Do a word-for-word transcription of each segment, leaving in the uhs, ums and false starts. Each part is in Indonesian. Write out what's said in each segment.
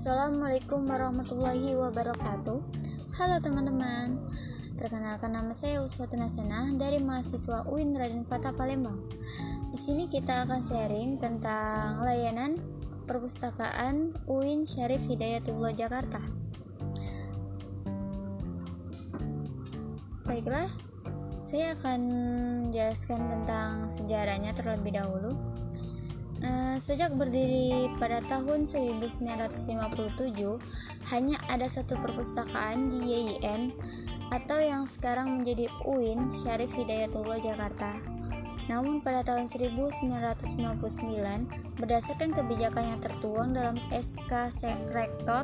Assalamualaikum warahmatullahi wabarakatuh. Halo teman-teman, perkenalkan nama saya Uswatun Hasanah dari mahasiswa U I N Raden Fatah Palembang. Di sini kita akan sharing tentang layanan perpustakaan U I N Syarif Hidayatullah Jakarta. Baiklah, saya akan menjelaskan tentang sejarahnya terlebih dahulu. Uh, sejak berdiri pada tahun seribu sembilan ratus lima puluh tujuh, hanya ada satu perpustakaan di Y I N atau yang sekarang menjadi U I N Syarif Hidayatullah Jakarta. Namun pada tahun seribu sembilan ratus sembilan puluh sembilan, berdasarkan kebijakan yang tertuang dalam S K Rektor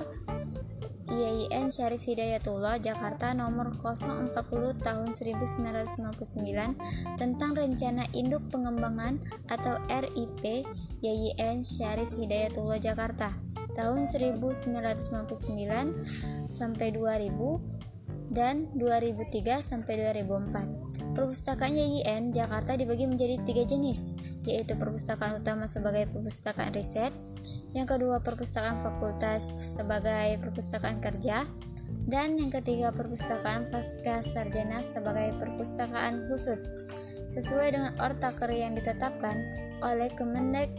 Y I N Syarif Hidayatullah Jakarta nomor nol empat puluh tahun seribu sembilan ratus sembilan puluh sembilan tentang Rencana Induk Pengembangan atau R I P Y I N Syarif Hidayatullah Jakarta tahun seribu sembilan ratus sembilan puluh sembilan sampai dua ribu dan dua ribu tiga sampai dua ribu empat. Perpustakaan Y I N Jakarta dibagi menjadi tiga jenis, yaitu perpustakaan utama sebagai perpustakaan riset, yang kedua perpustakaan fakultas sebagai perpustakaan kerja, dan yang ketiga perpustakaan pasca sarjana sebagai perpustakaan khusus. Sesuai dengan ortaker yang ditetapkan oleh Kemendag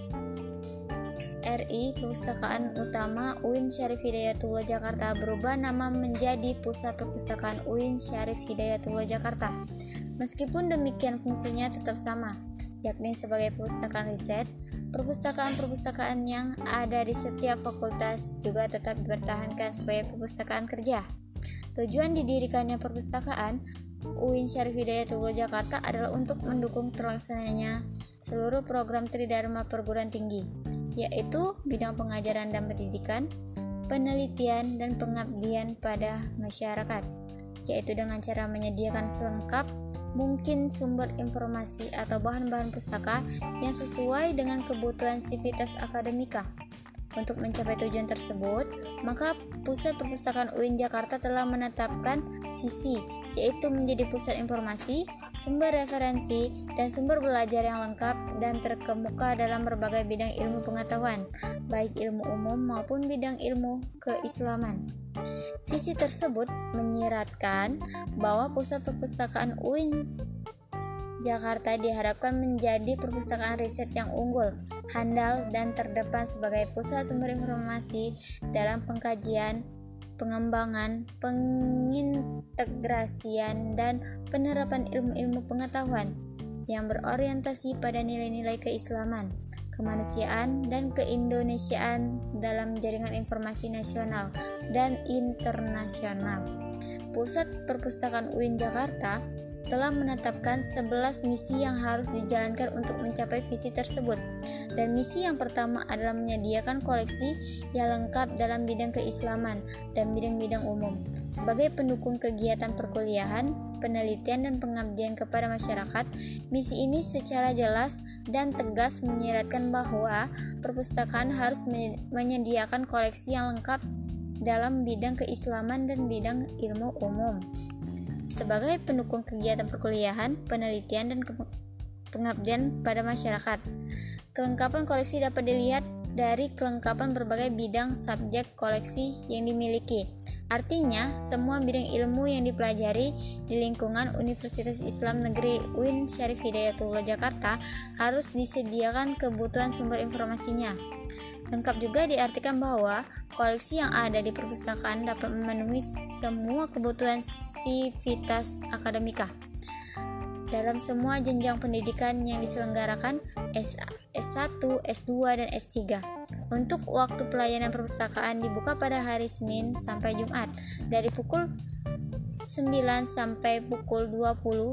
R I, perpustakaan utama U I N Syarif Hidayatullah Jakarta berubah nama menjadi Pusat Perpustakaan U I N Syarif Hidayatullah Jakarta. Meskipun demikian fungsinya tetap sama, yakni sebagai perpustakaan riset. Perpustakaan-perpustakaan yang ada di setiap fakultas juga tetap dipertahankan sebagai perpustakaan kerja. Tujuan didirikannya perpustakaan U I N Syarif Hidayatullah Jakarta adalah untuk mendukung terlaksananya seluruh program Tridharma perguruan tinggi, yaitu bidang pengajaran dan pendidikan, penelitian, dan pengabdian pada masyarakat, yaitu dengan cara menyediakan selengkap mungkin sumber informasi atau bahan-bahan pustaka yang sesuai dengan kebutuhan sivitas akademika. Untuk mencapai tujuan tersebut, maka Pusat Perpustakaan U I N Jakarta telah menetapkan visi, yaitu menjadi pusat informasi, sumber referensi, dan sumber belajar yang lengkap dan terkemuka dalam berbagai bidang ilmu pengetahuan, baik ilmu umum maupun bidang ilmu keislaman. Visi tersebut menyiratkan bahwa Pusat Perpustakaan U I N Jakarta diharapkan menjadi perpustakaan riset yang unggul, handal, dan terdepan sebagai pusat sumber informasi dalam pengkajian, pengembangan, pengintegrasian, dan penerapan ilmu-ilmu pengetahuan yang berorientasi pada nilai-nilai keislaman, kemanusiaan, dan keindonesiaan dalam jaringan informasi nasional dan internasional. Pusat Perpustakaan U I N Jakarta telah menetapkan sebelas misi yang harus dijalankan untuk mencapai visi tersebut. Dan misi yang pertama adalah menyediakan koleksi yang lengkap dalam bidang keislaman dan bidang-bidang umum sebagai pendukung kegiatan perkuliahan, penelitian, dan pengabdian kepada masyarakat. Misi ini secara jelas dan tegas menyiratkan bahwa perpustakaan harus menyediakan koleksi yang lengkap dalam bidang keislaman dan bidang ilmu umum sebagai pendukung kegiatan perkuliahan, penelitian, dan pengabdian pada masyarakat. Kelengkapan koleksi dapat dilihat dari kelengkapan berbagai bidang subjek koleksi yang dimiliki. Artinya, semua bidang ilmu yang dipelajari di lingkungan Universitas Islam Negeri U I N Syarif Hidayatullah Jakarta harus disediakan kebutuhan sumber informasinya. Lengkap juga diartikan bahwa koleksi yang ada di perpustakaan dapat memenuhi semua kebutuhan sivitas akademika dalam semua jenjang pendidikan yang diselenggarakan S satu, S dua, dan S tiga. Untuk waktu pelayanan perpustakaan dibuka pada hari Senin sampai Jumat dari pukul sembilan sampai pukul dua puluh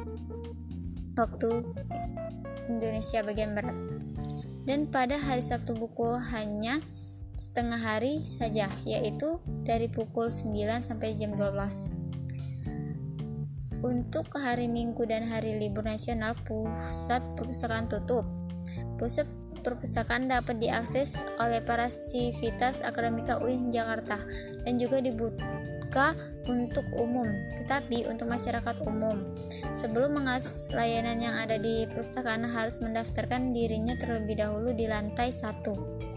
waktu Indonesia bagian Barat. Dan pada hari Sabtu buka hanya setengah hari saja, yaitu dari pukul sembilan sampai jam dua belas. Untuk hari Minggu dan hari libur nasional, pusat perpustakaan tutup. Pusat perpustakaan dapat diakses oleh para sivitas akademika U I N Jakarta dan juga dibuka untuk umum, tetapi untuk masyarakat umum. Sebelum mengakses layanan yang ada di perpustakaan harus mendaftarkan dirinya terlebih dahulu di lantai satu.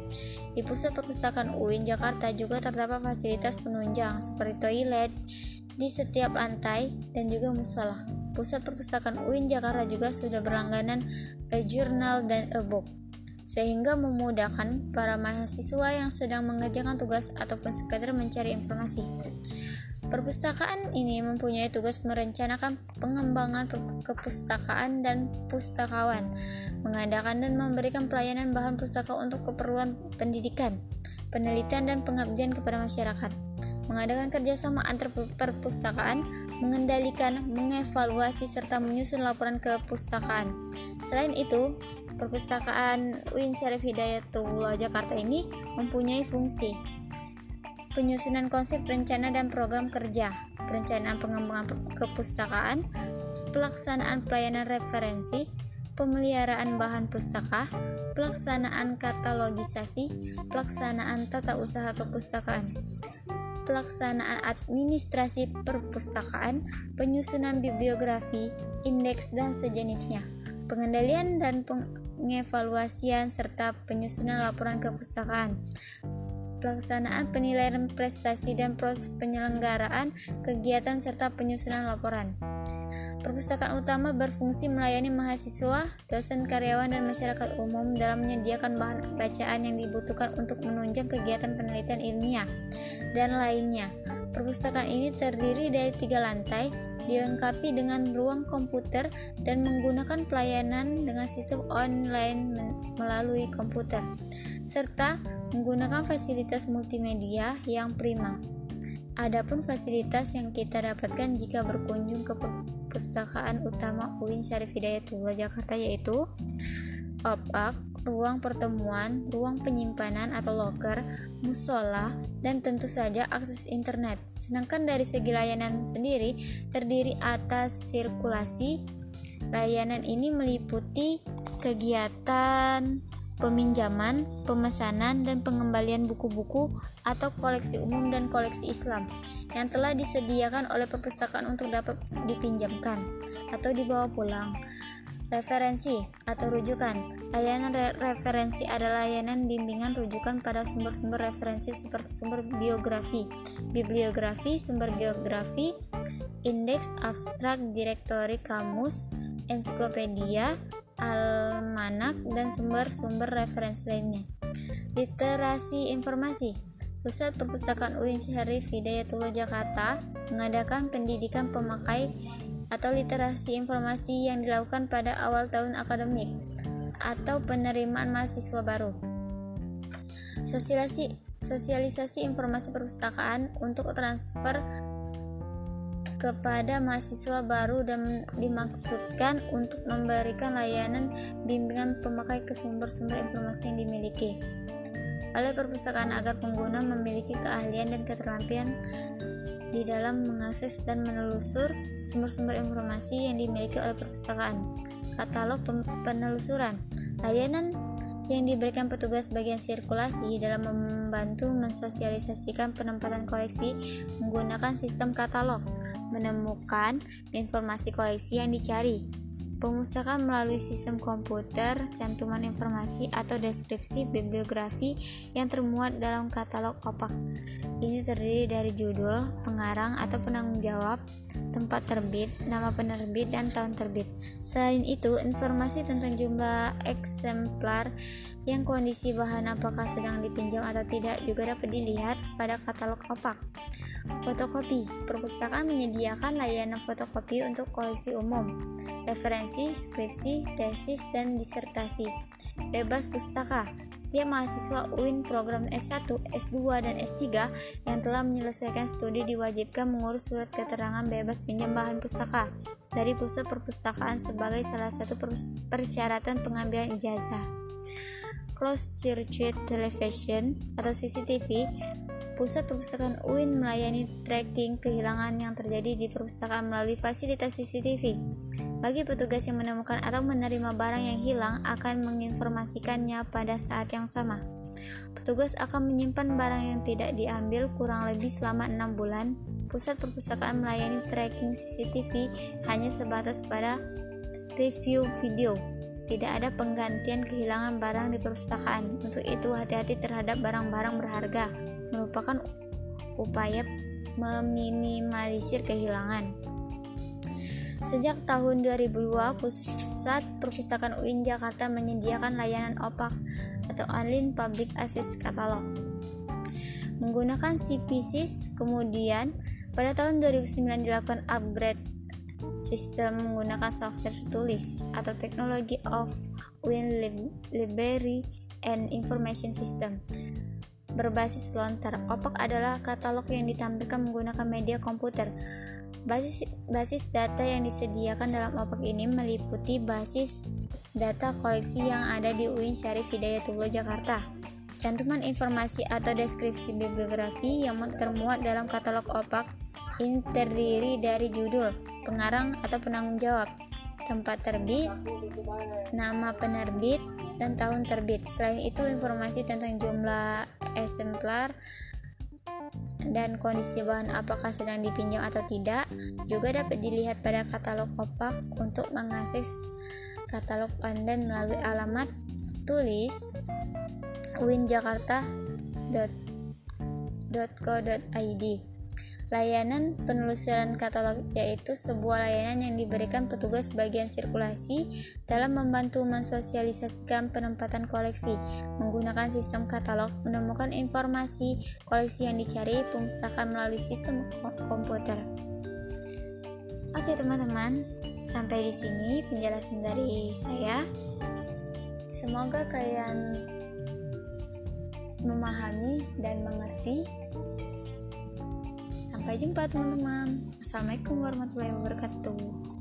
Di Pusat Perpustakaan U I N Jakarta juga terdapat fasilitas penunjang seperti toilet di setiap lantai dan juga musola. Pusat Perpustakaan U I N Jakarta juga sudah berlangganan a journal dan a book, sehingga memudahkan para mahasiswa yang sedang mengerjakan tugas ataupun sekadar mencari informasi. Perpustakaan ini mempunyai tugas merencanakan pengembangan kepustakaan dan pustakawan, mengadakan dan memberikan pelayanan bahan pustaka untuk keperluan pendidikan, penelitian dan pengabdian kepada masyarakat, mengadakan kerjasama antar perpustakaan, mengendalikan, mengevaluasi serta menyusun laporan kepustakaan. Selain itu, Perpustakaan U I N Syarif Hidayatullah Jakarta ini mempunyai fungsi penyusunan konsep rencana dan program kerja, perencanaan pengembangan kepustakaan, pelaksanaan pelayanan referensi, pemeliharaan bahan pustaka, pelaksanaan katalogisasi, pelaksanaan tata usaha kepustakaan, pelaksanaan administrasi perpustakaan, penyusunan bibliografi, indeks dan sejenisnya, pengendalian dan pengevaluasian serta penyusunan laporan kepustakaan, pelaksanaan penilaian prestasi dan proses penyelenggaraan kegiatan serta penyusunan laporan. Perpustakaan utama berfungsi melayani mahasiswa, dosen, karyawan, dan masyarakat umum dalam menyediakan bahan bacaan yang dibutuhkan untuk menunjang kegiatan penelitian ilmiah dan lainnya. Perpustakaan ini terdiri dari tiga lantai, dilengkapi dengan ruang komputer dan menggunakan pelayanan dengan sistem online melalui komputer, serta menggunakan fasilitas multimedia yang prima. Adapun fasilitas yang kita dapatkan jika berkunjung ke perpustakaan utama U I N Syarif Hidayatullah Jakarta yaitu opak, ruang pertemuan, ruang penyimpanan atau loker, musola, dan tentu saja akses internet. Sedangkan dari segi layanan sendiri terdiri atas sirkulasi. Layanan ini meliputi kegiatan peminjaman, pemesanan, dan pengembalian buku-buku atau koleksi umum dan koleksi Islam yang telah disediakan oleh perpustakaan untuk dapat dipinjamkan atau dibawa pulang. Referensi atau rujukan. Layanan re- referensi adalah layanan bimbingan rujukan pada sumber-sumber referensi seperti sumber biografi, bibliografi, sumber geografi, indeks, abstrak, direktori, kamus, ensiklopedia, almanak, dan sumber-sumber referensi lainnya. Literasi informasi. Pusat Perpustakaan U I N Syarif Hidayatullah Jakarta mengadakan pendidikan pemakai atau literasi informasi yang dilakukan pada awal tahun akademik atau penerimaan mahasiswa baru. Sosialisasi, sosialisasi informasi perpustakaan untuk transfer kepada mahasiswa baru dan dimaksudkan untuk memberikan layanan bimbingan pemakai ke sumber-sumber informasi yang dimiliki oleh perpustakaan agar pengguna memiliki keahlian dan keterampilan di dalam mengakses dan menelusur sumber-sumber informasi yang dimiliki oleh perpustakaan. Katalog penelusuran. Layanan yang diberikan petugas bagian sirkulasi dalam membantu mensosialisasikan penempatan koleksi menggunakan sistem katalog, menemukan informasi koleksi yang dicari. Pemustakaan melalui sistem komputer, cantuman informasi atau deskripsi bibliografi yang termuat dalam katalog opak. Ini terdiri dari judul, pengarang atau penanggung jawab, tempat terbit, nama penerbit, dan tahun terbit. Selain itu, informasi tentang jumlah eksemplar yang kondisi bahan apakah sedang dipinjam atau tidak juga dapat dilihat pada katalog opak. Fotokopi. Perpustakaan menyediakan layanan fotokopi untuk koleksi umum, referensi, skripsi, tesis, dan disertasi. Bebas pustaka. Setiap mahasiswa U I N program S satu, S dua, dan S tiga yang telah menyelesaikan studi diwajibkan mengurus surat keterangan bebas pinjam bahan pustaka dari pusat perpustakaan sebagai salah satu persyaratan pengambilan ijazah. Closed Circuit Television atau C C T V. Pusat Perpustakaan U I N melayani tracking kehilangan yang terjadi di perpustakaan melalui fasilitas C C T V. Bagi petugas yang menemukan atau menerima barang yang hilang akan menginformasikannya pada saat yang sama. Petugas akan menyimpan barang yang tidak diambil kurang lebih selama enam bulan. Pusat Perpustakaan melayani tracking C C T V hanya sebatas pada review video. tidak ada penggantian kehilangan barang di perpustakaan. Untuk itu, hati-hati terhadap barang-barang berharga, merupakan upaya meminimalisir kehilangan. Sejak tahun dua ribu dua, Pusat Perpustakaan U I N Jakarta menyediakan layanan O P A C atau Online Public Access Catalog menggunakan C P S I S. Kemudian pada tahun dua ribu sembilan dilakukan upgrade sistem menggunakan software tulis atau Technology of U I N Library and Information System berbasis Lontar. O P A C adalah katalog yang ditampilkan menggunakan media komputer. Basis, basis data yang disediakan dalam O P A C ini meliputi basis data koleksi yang ada di U I N Syarif Hidayatullah Jakarta. Cantuman informasi atau deskripsi bibliografi yang termuat dalam katalog O P A C ini terdiri dari judul, pengarang atau penanggung jawab, tempat terbit, nama penerbit, dan tahun terbit. Selain itu, informasi tentang jumlah eksemplar dan kondisi bahan apakah sedang dipinjam atau tidak juga dapat dilihat pada katalog O P A C. Untuk mengakses katalog online melalui alamat tulis u i n jakarta dot co dot i d. Layanan penelusuran katalog yaitu sebuah layanan yang diberikan petugas bagian sirkulasi dalam membantu mensosialisasikan penempatan koleksi. Menggunakan sistem katalog, menemukan informasi koleksi yang dicari perpustakaan melalui sistem komputer. Oke teman-teman, sampai di sini penjelasan dari saya. Semoga kalian memahami dan mengerti. Sampai jumpa teman-teman. Assalamualaikum warahmatullahi wabarakatuh.